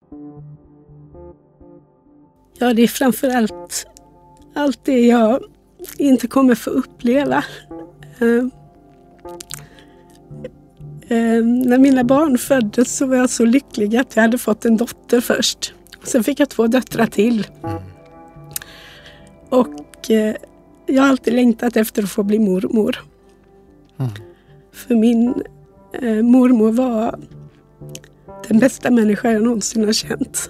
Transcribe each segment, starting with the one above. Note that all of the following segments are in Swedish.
Ja, det är framförallt allt det jag inte kommer få uppleva. När mina barn föddes så var jag så lycklig att jag hade fått en dotter först. Sen fick jag 2 döttrar till. Och jag har alltid längtat efter att få bli mormor. För min mormor var den bästa människa jag någonsin har känt.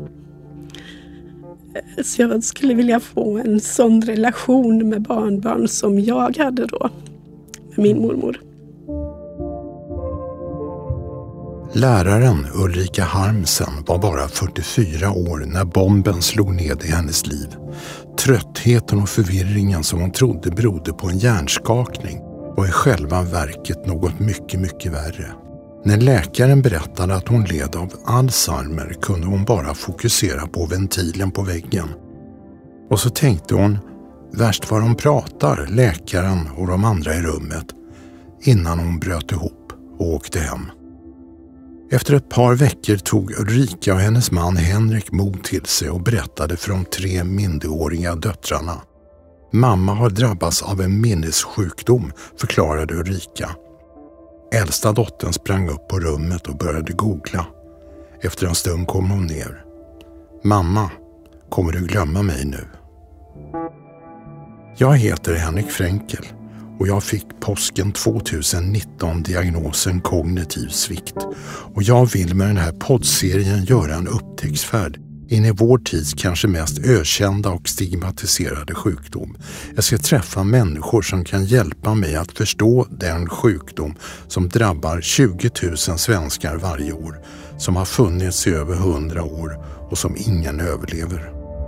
Så jag skulle vilja få en sån relation med barnbarn som jag hade då med min mormor. Läraren Ulrika Harmsen var bara 44 år när bomben slog ned i hennes liv. Tröttheten och förvirringen som hon trodde berodde på en hjärnskakning var i själva verket något mycket, mycket värre. När läkaren berättade att hon led av Alzheimer kunde hon bara fokusera på ventilen på väggen. Och så tänkte hon, värst vad de pratar, läkaren och de andra i rummet, innan hon bröt ihop och åkte hem. Efter ett par veckor tog Ulrika och hennes man Henrik mod till sig och berättade för de 3 minderåriga döttrarna. Mamma har drabbats av en minnessjukdom, förklarade Ulrika. Äldsta dottern sprang upp på rummet och började googla. Efter en stund kom hon ner. Mamma, kommer du glömma mig nu? Jag heter Henrik Fränkel och jag fick påsken 2019 diagnosen kognitiv svikt. Och jag vill med den här poddserien göra en upptäcktsfärd in i vår tids kanske mest ökända och stigmatiserade sjukdom. Jag ska träffa människor som kan hjälpa mig att förstå den sjukdom som drabbar 20 000 svenskar varje år, som har funnits i över 100 år och som ingen överlever.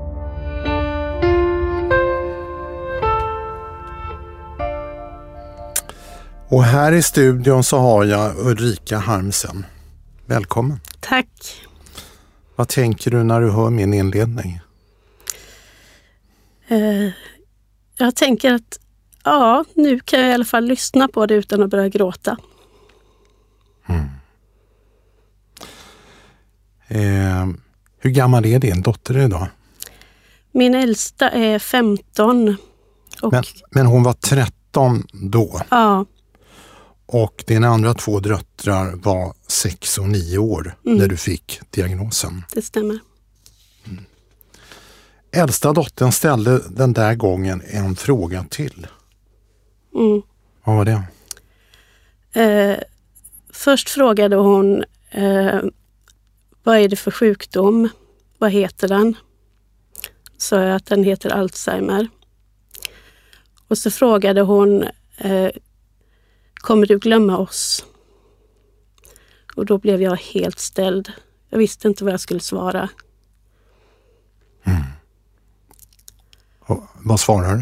Och här i studion så har jag Ulrika Harmsen. Välkommen. Tack. Vad tänker du när du hör min inledning? Jag tänker att nu kan jag i alla fall lyssna på det utan att börja gråta. Hur gammal är din dotter idag? Min äldsta är 15. Och Men hon var 13 då? Ja. Och dina andra 2 döttrar var 6 och 9 år när du fick diagnosen. Det stämmer. Äldsta dottern ställde den där gången en fråga till. Vad var det? Först frågade hon vad är det för sjukdom? Vad heter den? Så att den heter Alzheimer. Och så frågade hon kommer du glömma oss? Och då blev jag helt ställd. Jag visste inte vad jag skulle svara. Och vad svarade du?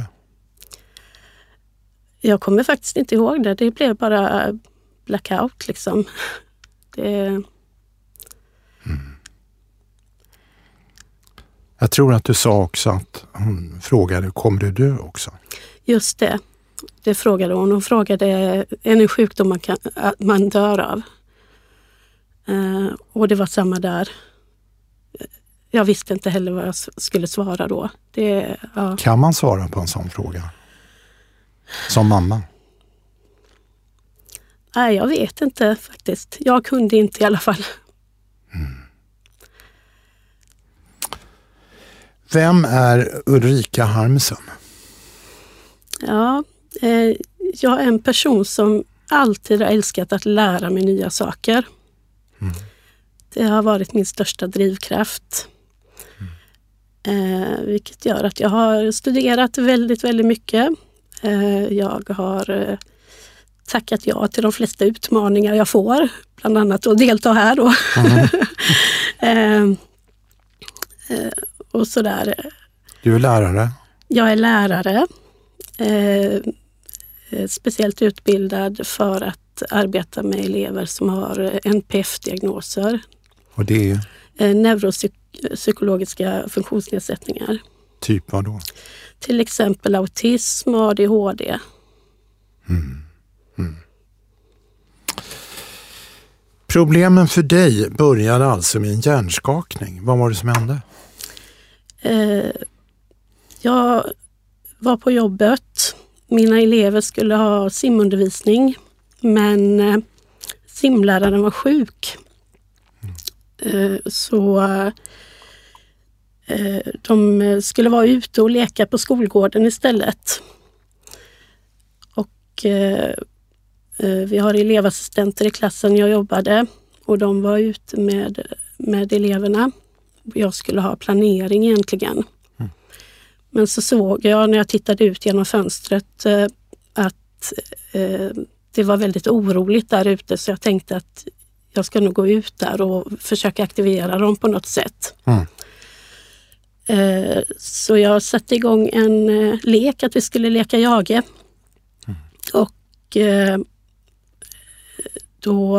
Jag kommer faktiskt inte ihåg det. Det blev bara blackout liksom. Jag tror att du sa också att hon frågade, kommer du dö också? Just det. Det frågade hon. Hon frågade, är det en sjukdom man dör av? Och det var samma där. Jag visste inte heller vad jag skulle svara då. Kan man svara på en sån fråga? Som mamma? Nej, jag vet inte faktiskt. Jag kunde inte i alla fall. Vem är Ulrika Harmsen? Ja, jag är en person som alltid har älskat att lära mig nya saker. Det har varit min största drivkraft. Vilket gör att jag har studerat väldigt, väldigt mycket. Jag har tackat ja till de flesta utmaningar jag får. Bland annat att delta här då. Och sådär. Du är lärare? Jag är lärare. Speciellt utbildad för att arbeta med elever som har NPF-diagnoser. Och det är? Neuropsykologiska funktionsnedsättningar. Typ vad då? Till exempel autism och ADHD. Problemen för dig började alltså med en hjärnskakning. Vad var det som hände? Jag var på jobbet. Mina elever skulle ha simundervisning, men simläraren var sjuk. Så de skulle vara ute och leka på skolgården istället. Och vi har elevassistenter i klassen jag jobbade och de var ute med eleverna. Jag skulle ha planering egentligen. Men så såg jag när jag tittade ut genom fönstret att det var väldigt oroligt där ute, så jag tänkte att jag ska nog gå ut där och försöka aktivera dem på något sätt. Så jag satte igång en lek, att vi skulle leka jage. Och då,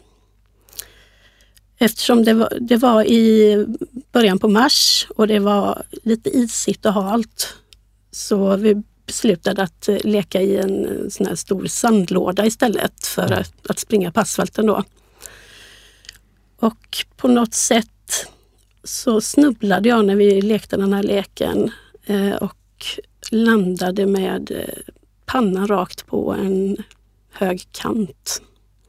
eftersom det var i början på mars och det var lite isigt och halt, så vi beslutade att leka i en sån här stor sandlåda istället för att springa på asfalten då. Och på något sätt så snubblade jag när vi lekte den här leken och landade med pannan rakt på en hög kant.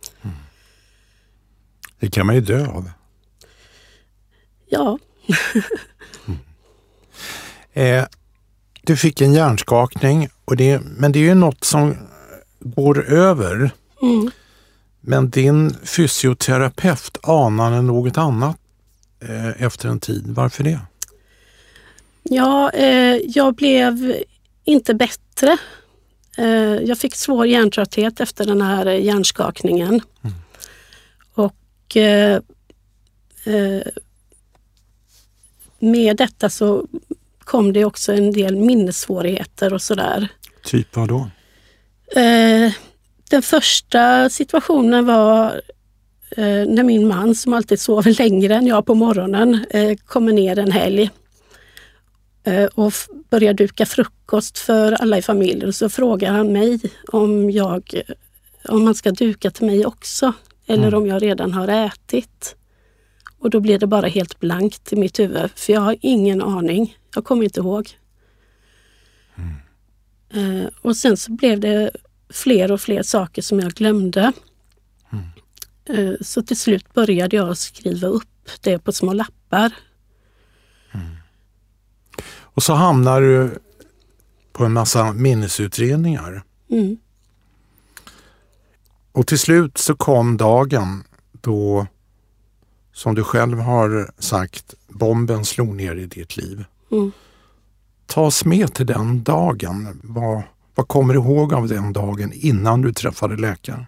Det kan man ju dö av. Ja. Du fick en hjärnskakning, men det är ju något som går över. Men din fysioterapeut anade något annat efter en tid. Varför det? Ja, jag blev inte bättre. Jag fick svår hjärntrötthet efter den här hjärnskakningen. Och med detta så kom det också en del minnessvårigheter och sådär. Typ vad då? Den första situationen var när min man, som alltid sover längre än jag på morgonen, kommer ner en helg och börjar duka frukost för alla i familjen. Så frågar han mig om man ska duka till mig också eller om jag redan har ätit. Och då blir det bara helt blankt i mitt huvud, för jag har ingen aning. Jag kommer inte ihåg. Och sen så blev det fler och fler saker som jag glömde. Så till slut började jag skriva upp det på små lappar. Och så hamnar du på en massa minnesutredningar. Och till slut så kom dagen då, som du själv har sagt, bomben slog ner i ditt liv. Ta oss med till den dagen. Vad kommer du ihåg av den dagen innan du träffade läkaren?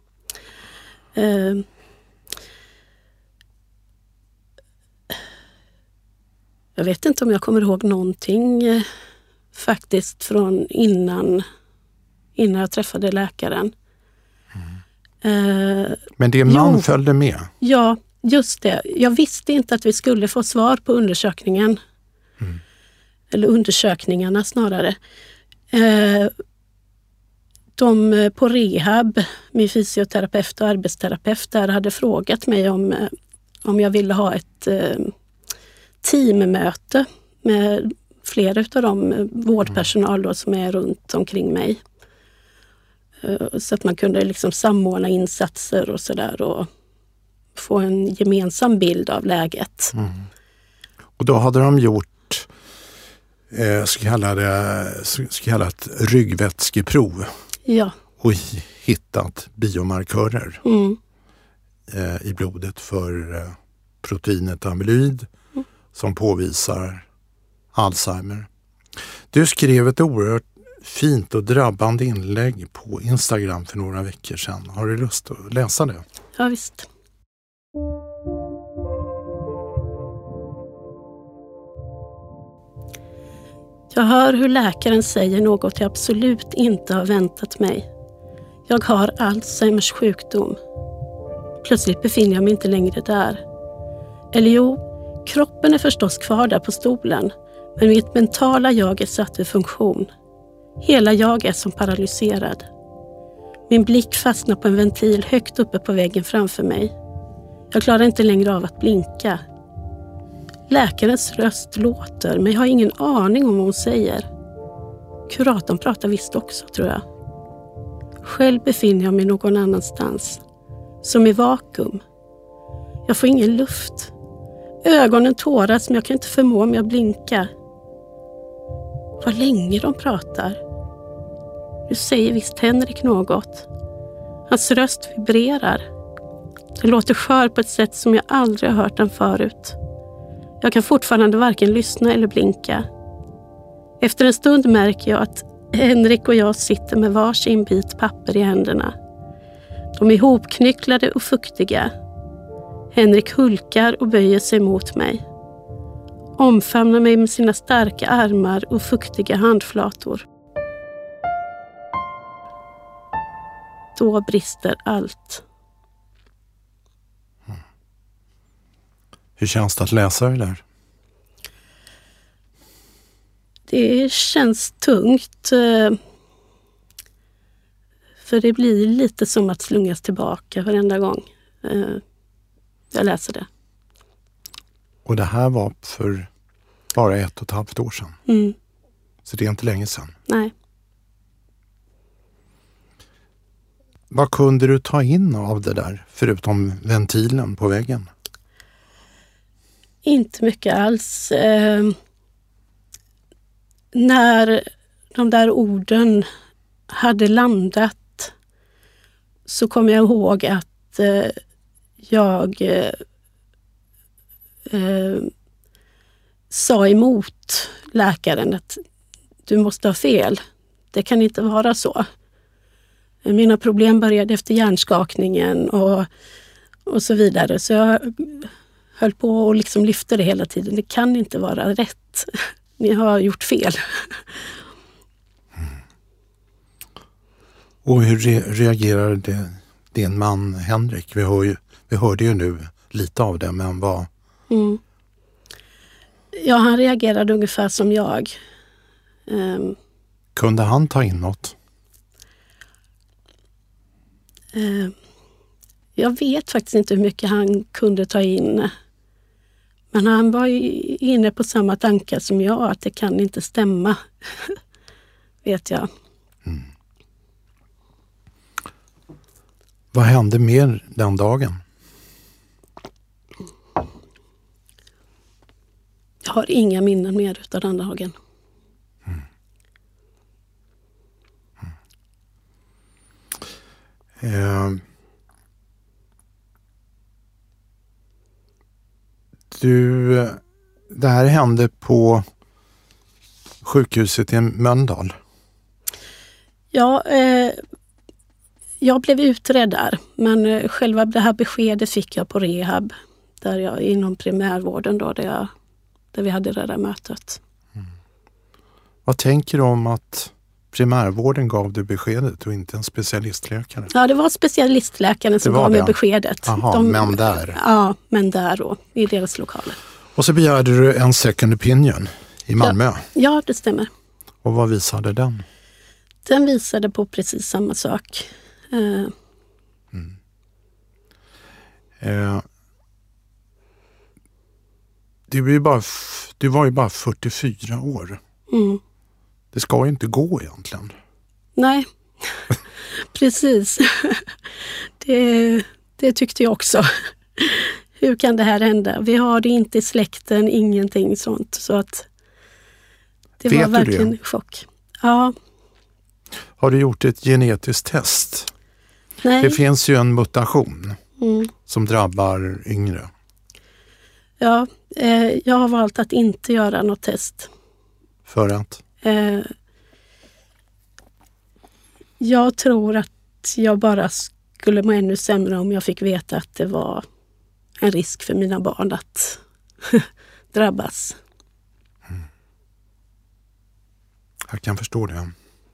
Jag vet inte om jag kommer ihåg någonting faktiskt från innan jag träffade läkaren. Men din man följde med? Ja, just det. Jag visste inte att vi skulle få svar på undersökningen. Eller undersökningarna snarare. De på rehab, min fysioterapeut och arbetsterapeut där, hade frågat mig om jag ville ha ett teammöte med flera av de vårdpersonal då som är runt omkring mig. Så att man kunde liksom samordna insatser och sådär och få en gemensam bild av läget. Och då hade de gjort så kallat ryggvätskeprov. Ja. Och hittat biomarkörer i blodet för proteinet amyloid som påvisar Alzheimer. Du skrev ett oerhört fint och drabbande inlägg på Instagram för några veckor sedan. Har du lust att läsa det? Ja, visst. Jag hör hur läkaren säger något jag absolut inte har väntat mig. Jag har Alzheimers sjukdom. Plötsligt befinner jag mig inte längre där. Eller jo, kroppen är förstås kvar där på stolen, men mitt mentala jag är satt ur funktion. Hela jag är som paralyserad. Min blick fastnar på en ventil högt uppe på väggen framför mig. Jag klarar inte längre av att blinka. Läkarens röst låter, men jag har ingen aning om vad hon säger. Kuratorn pratar visst också, tror jag. Själv befinner jag mig någon annanstans. Som i vakuum. Jag får ingen luft. Ögonen tåras, men jag kan inte förmå mig att blinka. Vad länge de pratar. Nu säger visst Henrik något. Hans röst vibrerar. Det låter skör på ett sätt som jag aldrig har hört den förut. Jag kan fortfarande varken lyssna eller blinka. Efter en stund märker jag att Henrik och jag sitter med varsin bit papper i händerna. De är ihopknycklade och fuktiga. Henrik hulkar och böjer sig mot mig. Omfamnar mig med sina starka armar och fuktiga handflator. Då brister allt. Hur känns det att läsa det där? Det känns tungt. För det blir lite som att slungas tillbaka varenda gång jag läser det. Och det här var för bara 1,5 år sedan. Mm. Så det är inte länge sedan. Nej. Vad kunde du ta in av det där, förutom ventilen på väggen? Inte mycket alls. När de där orden hade landat så kom jag ihåg att jag sa emot läkaren att du måste ha fel. Det kan inte vara så. Mina problem började efter hjärnskakningen och så vidare. Så jag höll på och liksom lyfte det hela tiden. Det kan inte vara rätt. Ni har gjort fel. Och hur reagerade din man Henrik? Vi hörde ju nu lite av det, men vad... Mm. Ja, han reagerade ungefär som jag. Kunde han ta in något? Jag vet faktiskt inte hur mycket han kunde ta in. Men han var ju inne på samma tankar som jag, att det kan inte stämma. Vet jag. Mm. Vad hände mer den dagen? Jag har inga minnen mer utav den dagen. Mm. Mm. Det här hände på sjukhuset i Mölndal. Ja, jag blev utredd där, men själva det här beskedet fick jag på rehab, där jag inom primärvården då, där vi hade det där mötet. Mm. Vad tänker du om att primärvården gav dig beskedet och inte en specialistläkare? Ja, det var specialistläkaren som gav mig beskedet. Aha, men där? Ja, men där då, i deras lokaler. Och så begärde du en second opinion i Malmö? Ja, det stämmer. Och vad visade den? Den visade på precis samma sak. Du var ju bara 44 år. Mm. Det ska ju inte gå egentligen. Nej, precis. Det tyckte jag också. Hur kan det här hända? Vi har det inte i släkten, ingenting sånt. Så att det var verkligen en chock. Ja. Har du gjort ett genetiskt test? Nej. Det finns ju en mutation som drabbar yngre. Ja, jag har valt att inte göra något test. För att? Jag tror att jag bara skulle må ännu sämre om jag fick veta att det var en risk för mina barn att drabbas. Mm. Jag kan förstå det.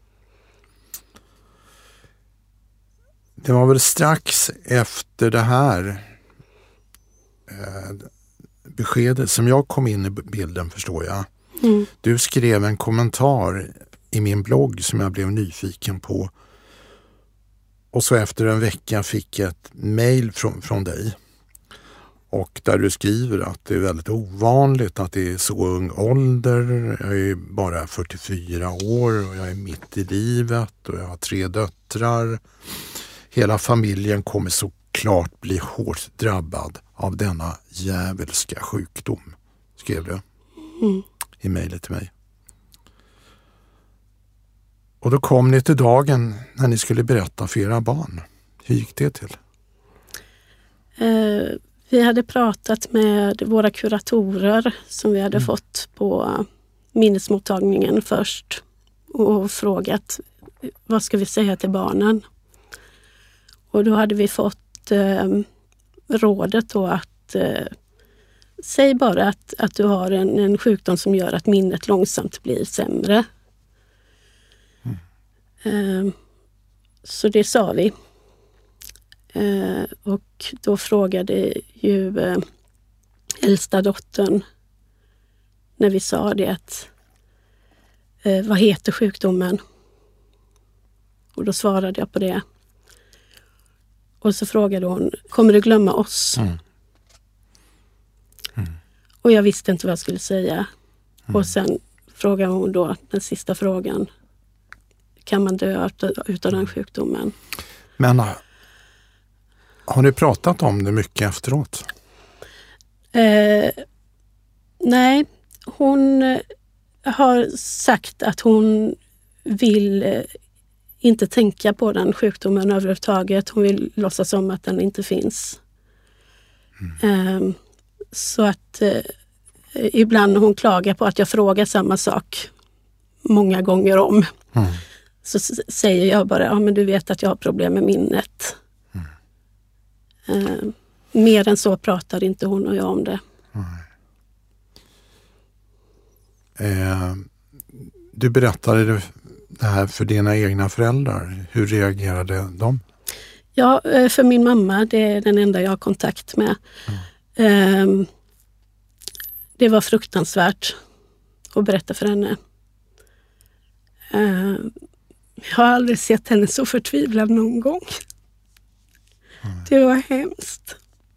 Det var väl strax efter det här beskedet som jag kom in i bilden, förstår jag. Mm. Du skrev en kommentar i min blogg som jag blev nyfiken på. Och så efter en vecka fick jag ett mejl från dig. Och där du skriver att det är väldigt ovanligt att det är så ung ålder. Jag är bara 44 år och jag är mitt i livet och jag har 3 döttrar. Hela familjen kommer såklart bli hårt drabbad av denna djävulska sjukdom, skrev du i mejlet till mig. Och då kom ni till dagen när ni skulle berätta för era barn. Hur gick det till? Vi hade pratat med våra kuratorer som vi hade fått på minnesmottagningen först och frågat vad ska vi säga till barnen. Och då hade vi fått rådet då att säg bara att du har en sjukdom som gör att minnet långsamt blir sämre. Så det sa vi. Och då frågade ju äldsta dottern när vi sa det att vad heter sjukdomen? Och då svarade jag på det. Och så frågade hon, kommer du glömma oss? Och jag visste inte vad jag skulle säga. Och sen frågade hon då den sista frågan. Kan man dö utav den sjukdomen? Men har ni pratat om det mycket efteråt? Nej, hon har sagt att hon vill inte tänka på den sjukdomen överhuvudtaget. Hon vill låtsas om att den inte finns. Så att ibland när hon klagar på att jag frågar samma sak många gånger om så säger jag bara, ja men du vet att jag har problem med minnet. Mer än så pratar inte hon och jag om det. Du berättade det här för dina egna föräldrar. Hur reagerade de? Ja, för min mamma, det är den enda jag har kontakt med. Det var fruktansvärt att berätta för henne. Jag har aldrig sett henne så förtvivlad någon gång. Det var hemskt.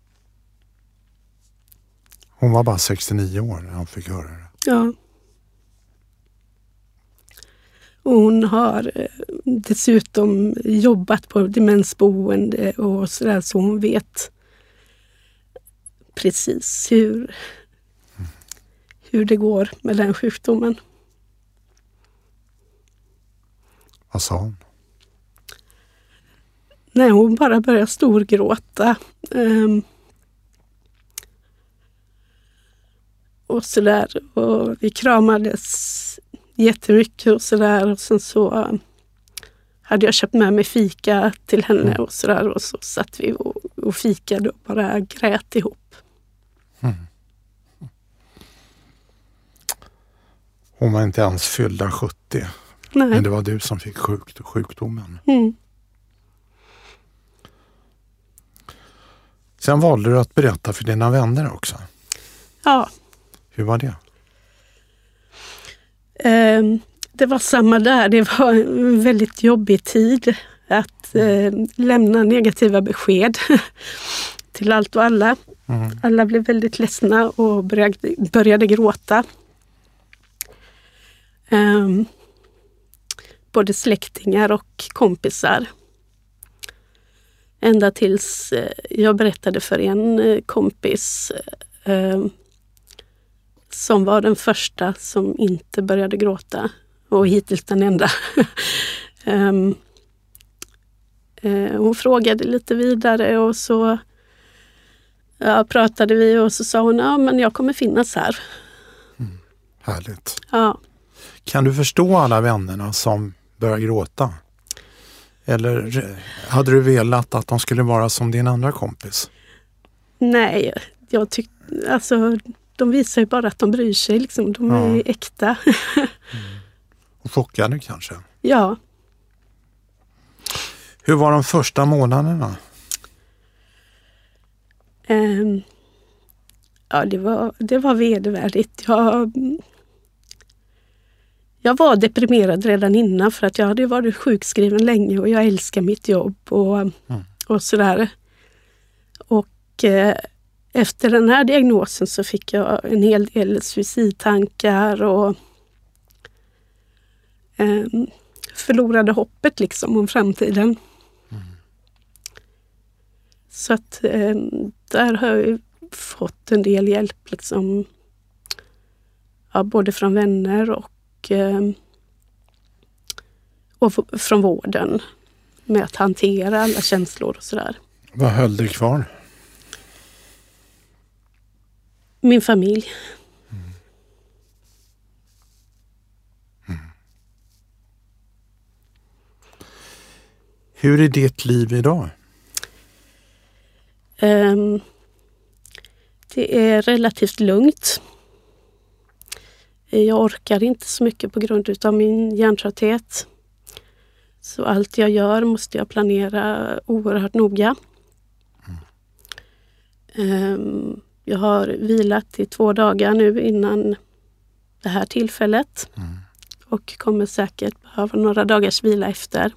Hon var bara 69 år när han fick höra det. Ja. Och hon har dessutom jobbat på demensboende och sådär, så hon vet precis hur det går med den sjukdomen. Vad sa hon? Nej, hon bara började storgråta. Och sådär. Och vi kramades jättemycket och sådär. Och sen så hade jag köpt med mig fika till henne och sådär. Och så satt vi och fikade och bara grät ihop. Hon var inte ens fyllda 70. Nej. Men det var du som fick sjukdomen. Sen valde du att berätta för dina vänner också. Ja. Hur var det? Det var samma där. Det var en väldigt jobbig tid att lämna negativa besked till allt och alla. Alla blev väldigt ledsna och började gråta. Både släktingar och kompisar. Ända tills jag berättade för en kompis som var den första som inte började gråta. Och hittills den enda. Hon frågade lite vidare och så pratade vi och så sa hon, ja men jag kommer finnas här. Härligt. Ja. Kan du förstå alla vännerna som börjar gråta? Eller hade du velat att de skulle vara som din andra kompis? Nej, jag tyckte, alltså de visar ju bara att de bryr sig liksom, de är äkta. Och chockade kanske? Ja. Hur var de första månaderna? Ja, det var vedervärdigt. Jag var deprimerad redan innan för att jag hade varit sjukskriven länge och jag älskar mitt jobb och sådär. Och efter den här diagnosen så fick jag en hel del suicidtankar och förlorade hoppet liksom om framtiden. Så att där har jag fått en del hjälp liksom, ja, både från vänner och från vården med att hantera alla känslor och sådär. Vad höll dig kvar? Min familj. Hur är ditt liv idag? Det är relativt lugnt. Jag orkar inte så mycket på grund av min hjärntrötthet. Så allt jag gör måste jag planera oerhört noga. Jag har vilat i 2 dagar nu innan det här tillfället. Och kommer säkert behöva några dagars vila efter.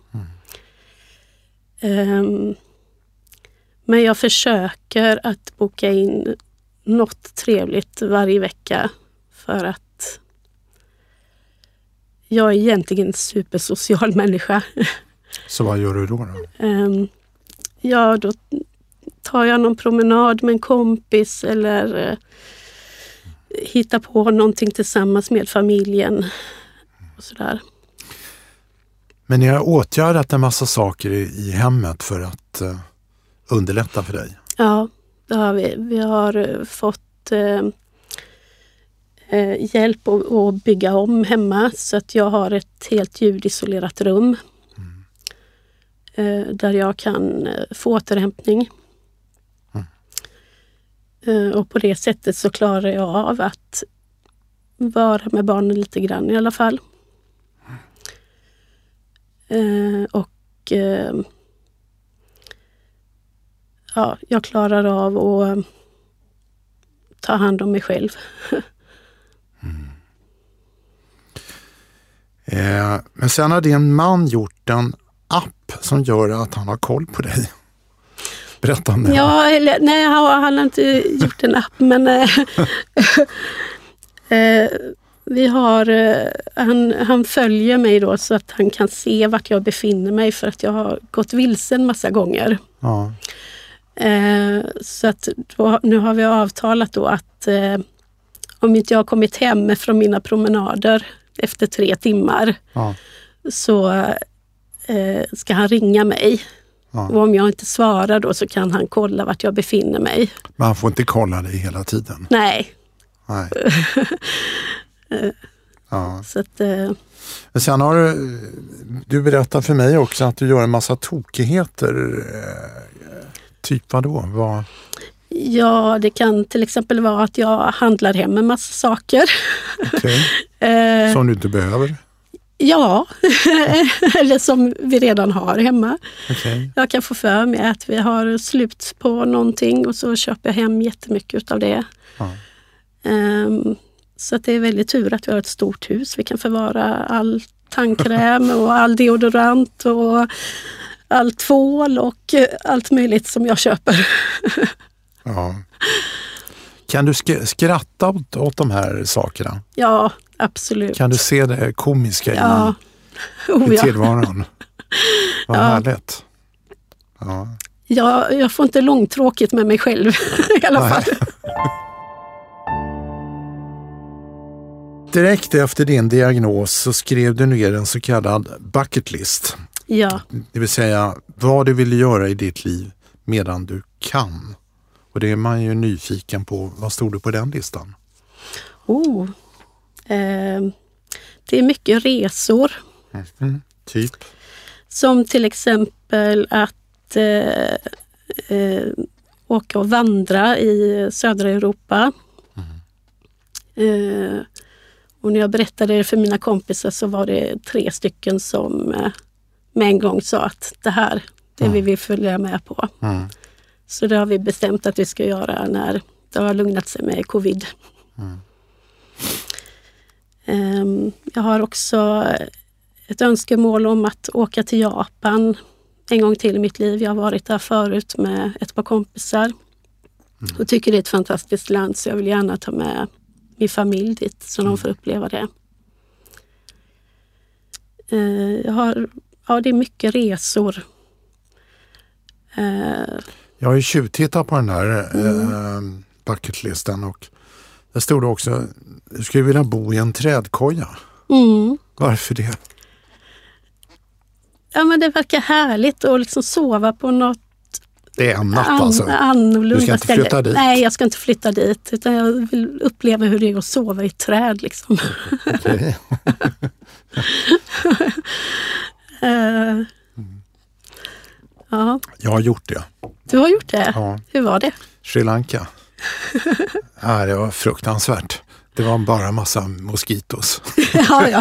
Men jag försöker att boka in något trevligt varje vecka för att jag är egentligen en supersocial människa. Så vad gör du då? Ja, då tar jag någon promenad med en kompis eller hittar på någonting tillsammans med familjen och sådär. Men ni har åtgärdat en massa saker i hemmet för att underlätta för dig? Ja, det har vi. Vi har fått hjälp att bygga om hemma så att jag har ett helt ljudisolerat rum där jag kan få återhämtning. Och på det sättet så klarar jag av att vara med barnen lite grann i alla fall. Ja, jag klarar av att ta hand om mig själv. Men sen har din man gjort en app som gör att han har koll på dig. Berätta om det. Ja, nej, han har inte gjort en app, men vi har, han följer mig då så att han kan se vart jag befinner mig för att jag har gått vilsen massa gånger. Ja. Så att nu har vi avtalat då att om inte jag har kommit hem från mina promenader efter 3 timmar så ska han ringa mig. Ja. Och om jag inte svarar då så kan han kolla vart jag befinner mig. Men han får inte kolla dig hela tiden? Nej. Ja. Så att, men sen har du berättat för mig också att du gör en massa tokigheter. Typ vad? Ja, det kan till exempel vara att jag handlar hem en massa saker. Okay. Som du inte behöver? Ja, eller som vi redan har hemma. Okay. Jag kan få för mig att vi har slut på någonting och så köper jag hem jättemycket av det. Ja. Så att det är väldigt tur att vi har ett stort hus. Vi kan förvara all tandkräm och all deodorant och all tvål och allt möjligt som jag köper. Ja. Kan du skratta åt de här sakerna? Ja, absolut. Kan du se det komiska i tillvaron? Vad härligt. Ja. Jag får inte långtråkigt med mig själv i alla fall. Direkt efter din diagnos så skrev du ner en så kallad bucket list. Ja. Det vill säga vad du vill göra i ditt liv medan du kan. Och det är man ju nyfiken på. Vad stod det på den listan? Det är mycket resor. Typ? Som till exempel att åka och vandra i södra Europa. Och när jag berättade det för mina kompisar så var det 3 stycken som med en gång sa att det vill vi följa med på. Så det har vi bestämt att vi ska göra när det har lugnat sig med covid. Jag har också ett önskemål om att åka till Japan en gång till i mitt liv. Jag har varit där förut med ett par kompisar. Och tycker det är ett fantastiskt land, så jag vill gärna ta med min familj dit så de får uppleva det. Det är mycket resor. Jag har ju tjuvtittat på den här bucketlisten och där stod det också, du skulle vilja bo i en trädkoja. Varför det? Ja, men det verkar härligt att liksom sova på något. Det är annat alltså. Annorlunda. Du ska inte flytta dit? Nej, jag ska inte flytta dit. Utan jag vill uppleva hur det är att sova i ett träd. Liksom. Okej. Ja. Jag har gjort det. Du har gjort det? Ja. Hur var det? Sri Lanka. Det var fruktansvärt. Det var bara en massa moskitos. Ja.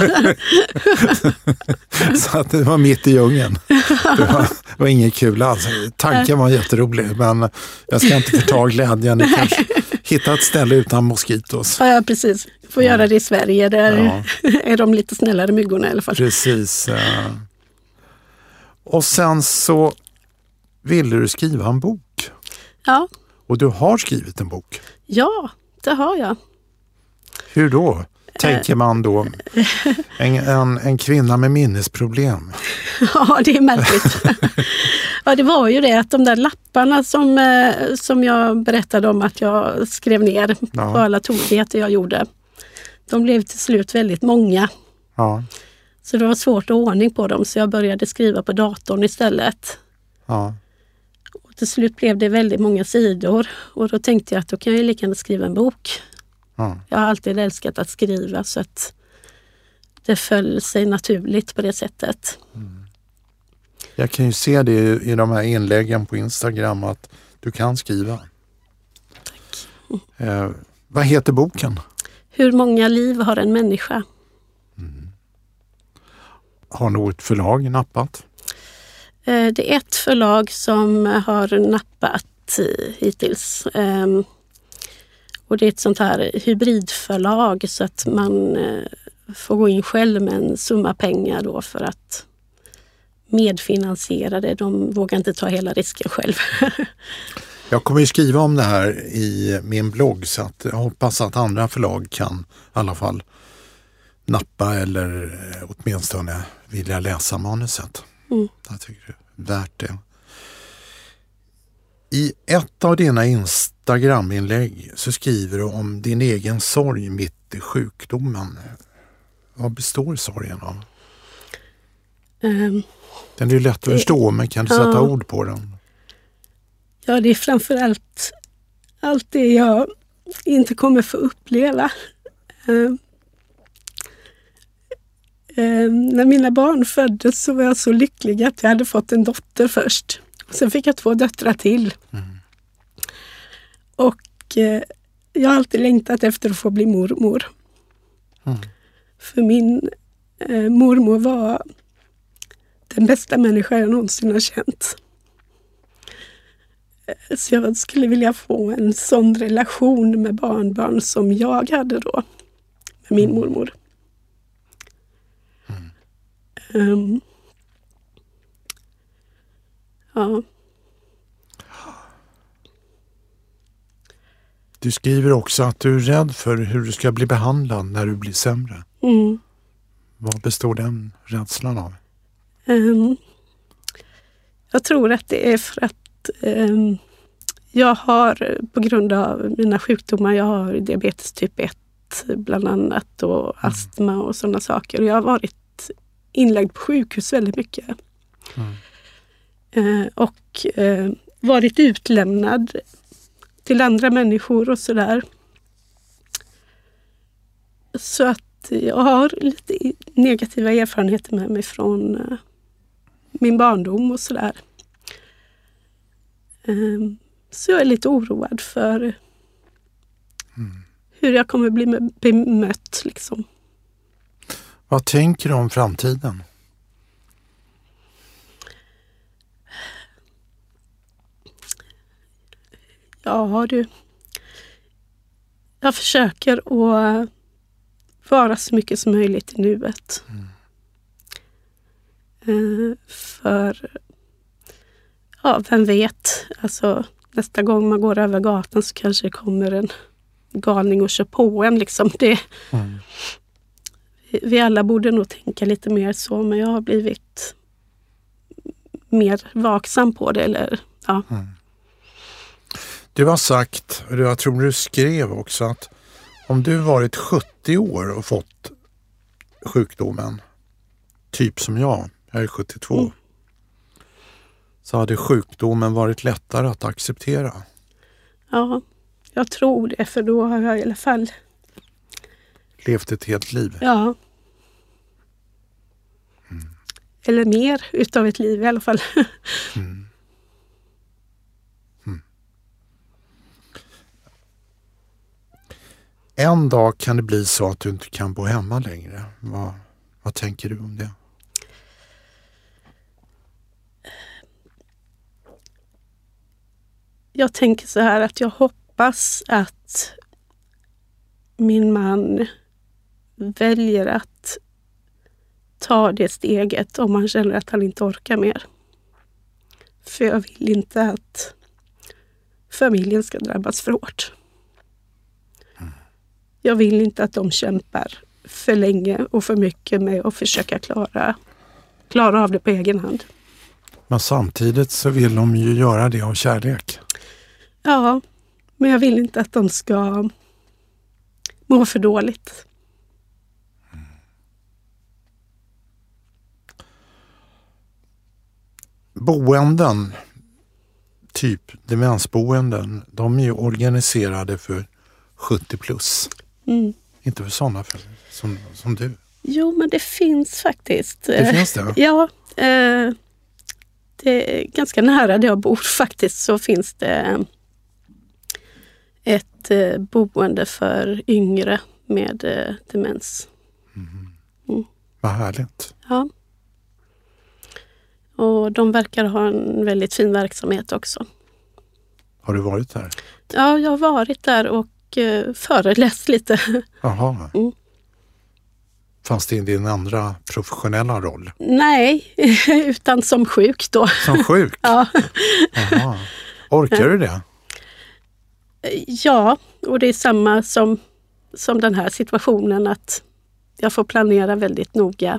Så att det var mitt i djungeln. Det var inget kul alls. Tanken var jätterolig, men jag ska inte förta glädjen. Ni kanske hitta ett ställe utan moskitos. Ja, precis. Får göra det i Sverige. Där är de lite snällare myggorna i alla fall. Precis. Och sen så ville du skriva en bok. Ja. Och du har skrivit en bok. Ja, det har jag. Hur då? Tänker man då en kvinna med minnesproblem? Ja, det är märkligt. Ja, det var ju det att de där lapparna som jag berättade om att jag skrev ner på alla tokigheter jag gjorde. De blev till slut väldigt många. Ja. Så det var svårt att ha ordning på dem, så jag började skriva på datorn istället. Ja. Och till slut blev det väldigt många sidor. Och då tänkte jag att då kan jag lika gärna skriva en bok. Ja. Jag har alltid älskat att skriva, så att det föll sig naturligt på det sättet. Jag kan ju se det i de här inläggen på Instagram att du kan skriva. Tack. Vad heter boken? Hur många liv har en människa? Har något förlag nappat? Det är ett förlag som har nappat hittills. Och det är ett sånt här hybridförlag, så att man får gå in själv med en summa pengar då för att medfinansiera det. De vågar inte ta hela risken själv. Jag kommer ju skriva om det här i min blogg, så att jag hoppas att andra förlag kan i alla fall nappa eller åtminstone vilja läsa manuset. Jag tycker det är värt det. I ett av dina Instagram-inlägg så skriver du om din egen sorg mitt i sjukdomen. Vad består sorgen av? Den är ju lätt att förstå, men kan du sätta ord på den? Ja, det är framförallt allt det jag inte kommer få uppleva. När mina barn föddes så var jag så lycklig att jag hade fått en dotter först. Sen fick jag 2 döttrar till. Och jag har alltid längtat efter att få bli mormor. För min mormor var den bästa människa jag någonsin har känt. Så jag skulle vilja få en sån relation med barnbarn som jag hade då. Med min mormor. Ja. Du skriver också att du är rädd för hur du ska bli behandlad när du blir sämre. Vad består den rädslan av? Jag tror att det är för att jag har, på grund av mina sjukdomar, jag har diabetes typ 1 bland annat och astma och sådana saker. Och jag har varit inlagd på sjukhus väldigt mycket. Och varit utlämnad till andra människor och sådär. Så att jag har lite negativa erfarenheter med mig från min barndom och sådär. Så jag är lite oroad för hur jag kommer bli bemött liksom. Vad tänker du om framtiden? Ja du, jag försöker att vara så mycket som möjligt i nuet. För, ja, vem vet, alltså nästa gång man går över gatan så kanske det kommer en galning och kör på en. Liksom. Vi alla borde nog tänka lite mer så, men jag har blivit mer vaksam på det. Eller, ja. Du har sagt, och jag tror du skrev också, att om du varit 70 år och fått sjukdomen, typ som jag är 72, så hade sjukdomen varit lättare att acceptera. Ja, jag tror det, för då har jag i alla fall levt ett helt liv. Ja. Eller mer utav ett liv i alla fall. En dag kan det bli så att du inte kan bo hemma längre. Vad tänker du om det? Jag tänker så här att jag hoppas att min man väljer att ta det steget om han känner att han inte orkar mer. För jag vill inte att familjen ska drabbas för hårt. Jag vill inte att de kämpar för länge och för mycket med att försöka klara av det på egen hand. Men samtidigt så vill de ju göra det av kärlek. Ja, men jag vill inte att de ska må för dåligt. Boenden, typ demensboenden, de är ju organiserade för 70 plus. Inte för sådana som du. Jo, men det finns faktiskt. Det finns det? Ja, det är ganska nära där jag bor faktiskt, så finns det ett boende för yngre med demens. Vad härligt. Ja. Och de verkar ha en väldigt fin verksamhet också. Har du varit där? Ja, jag har varit där och föreläst lite. Jaha. Fanns det i din andra professionella roll? Nej, utan som sjuk då. Som sjuk? Ja. Jaha. Orkar du det? Ja, och det är samma som den här situationen, att jag får planera väldigt noga.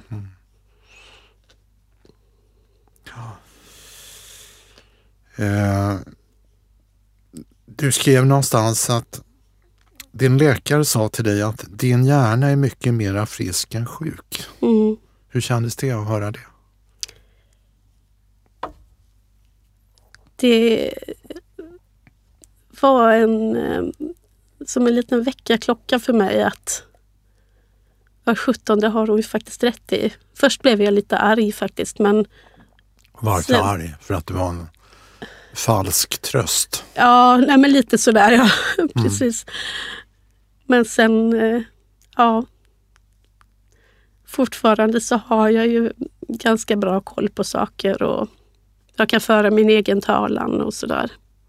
Du skrev någonstans att din läkare sa till dig att din hjärna är mycket mer frisk än sjuk. Hur kändes det att höra det? Det var som en liten väckarklocka för mig att var 17:e har hon ju faktiskt rätt i. Först blev jag lite arg faktiskt, men... Varför arg? För att det var en falsk tröst? Ja, nej, men lite sådär, ja. Precis. Men sen, ja... Fortfarande så har jag ju ganska bra koll på saker och jag kan föra min egen talan och sådär.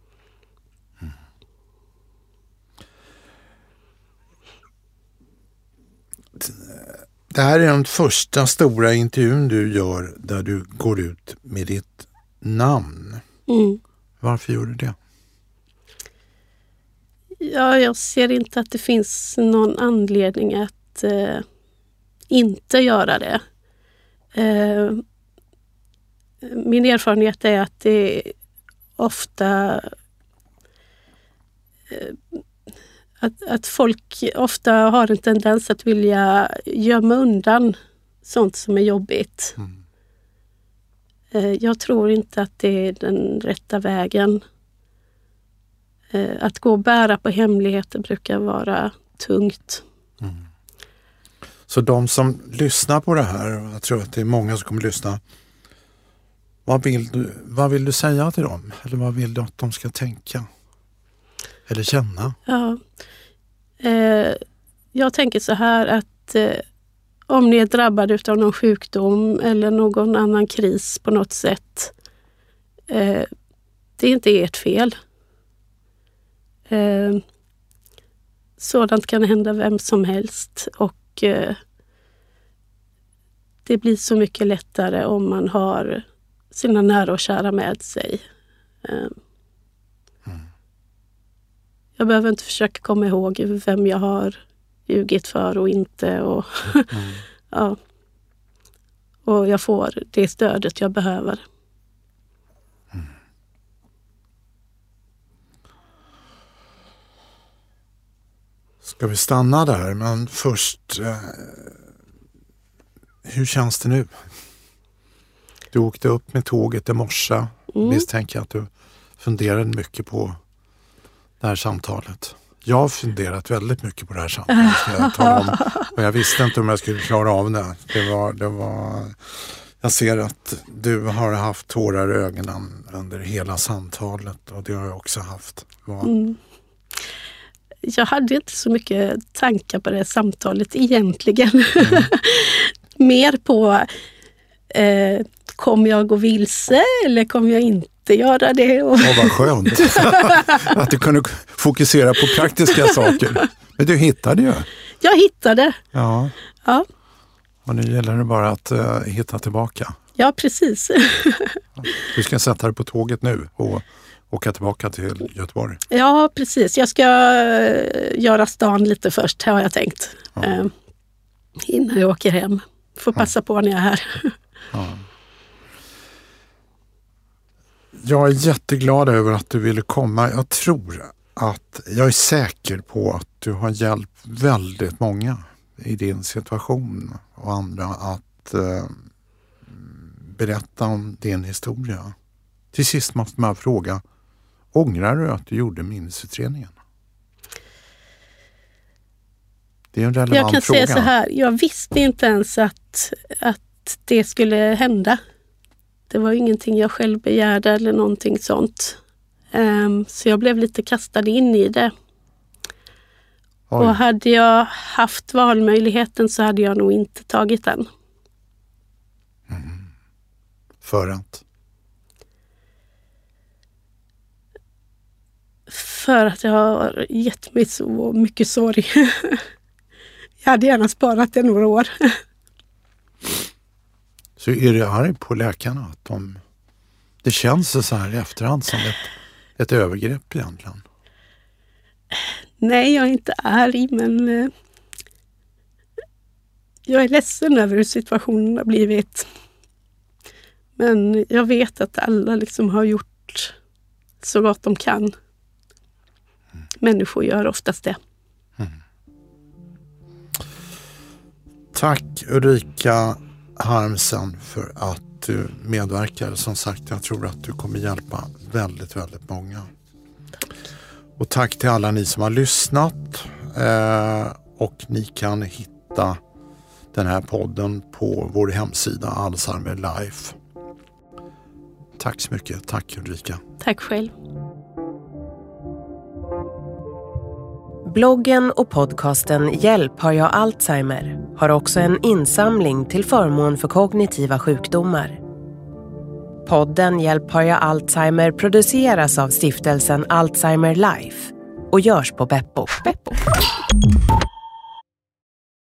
Det här är den första stora intervjun du gör där du går ut med ditt namn. Varför gör du det? Ja, jag ser inte att det finns någon anledning att inte göra det. Min erfarenhet är att det ofta att folk ofta har en tendens att vilja gömma undan sånt som är jobbigt. Jag tror inte att det är den rätta vägen. Att gå och bära på hemligheter brukar vara tungt. Så de som lyssnar på det här, och jag tror att det är många som kommer lyssna, vad vill du säga till dem? Eller vad vill du att de ska tänka? Eller känna? Ja. Jag tänker så här att om ni är drabbade av någon sjukdom eller någon annan kris på något sätt, det är inte ert fel. Sådant kan hända vem som helst och det blir så mycket lättare om man har sina nära och kära med sig. Jag behöver inte försöka komma ihåg vem jag har ljugit för och inte. Och, ja. Och jag får det stödet jag behöver. Ska vi stanna där? Men först, hur känns det nu? Du åkte upp med tåget i morse. Visst tänker jag att du funderade mycket på det här samtalet. Jag har funderat väldigt mycket på det här samtalet. Ska jag tala om. Och jag visste inte om jag skulle klara av det. Det var, jag ser att du har haft tårar i ögonen under hela samtalet. Och det har jag också haft. Jag hade inte så mycket tankar på det här samtalet egentligen. Mer på kommer jag gå vilse eller kommer jag inte göra det? Vad skönt att du kunde fokusera på praktiska saker. Men du hittade ju. Jag hittade. Ja. Ja. Och nu gäller det bara att hitta tillbaka. Ja, precis. Du ska sätta dig på tåget nu och åka tillbaka till Göteborg. Ja, precis. Jag ska göra stan lite först, har jag tänkt. Ja. Innan jag åker hem. Får passa på när jag är här. Ja. Jag är jätteglad över att du ville komma. Jag är säker på att du har hjälpt väldigt många i din situation och andra att berätta om din historia. Till sist måste man fråga, ångrar du att du gjorde minnesutredningen? Det är en relevant fråga. Jag kan säga så här, jag visste inte ens att det skulle hända. Det var ingenting jag själv begärde eller någonting sånt. Så jag blev lite kastad in i det. Oj. Och hade jag haft valmöjligheten så hade jag nog inte tagit den. För att? För att jag har gett mig så mycket sorg. Jag hade gärna sparat det några år. Så är du arg på läkarna? Att det känns så här i efterhand som ett övergrepp egentligen? Nej, jag är inte arg, men jag är ledsen över hur situationen har blivit. Men jag vet att alla liksom har gjort så gott de kan. Människor gör oftast det. Tack Ulrika Harmsen för att du medverkar. Som sagt, jag tror att du kommer hjälpa väldigt, väldigt många. Och tack till alla ni som har lyssnat. Och ni kan hitta den här podden på vår hemsida Alzheimer Life. Tack så mycket. Tack Ulrika. Tack själv. Bloggen och podcasten Hjälp har jag Alzheimer har också en insamling till förmån för kognitiva sjukdomar. Podden Hjälp har jag Alzheimer produceras av stiftelsen Alzheimer Life och görs på Beppo.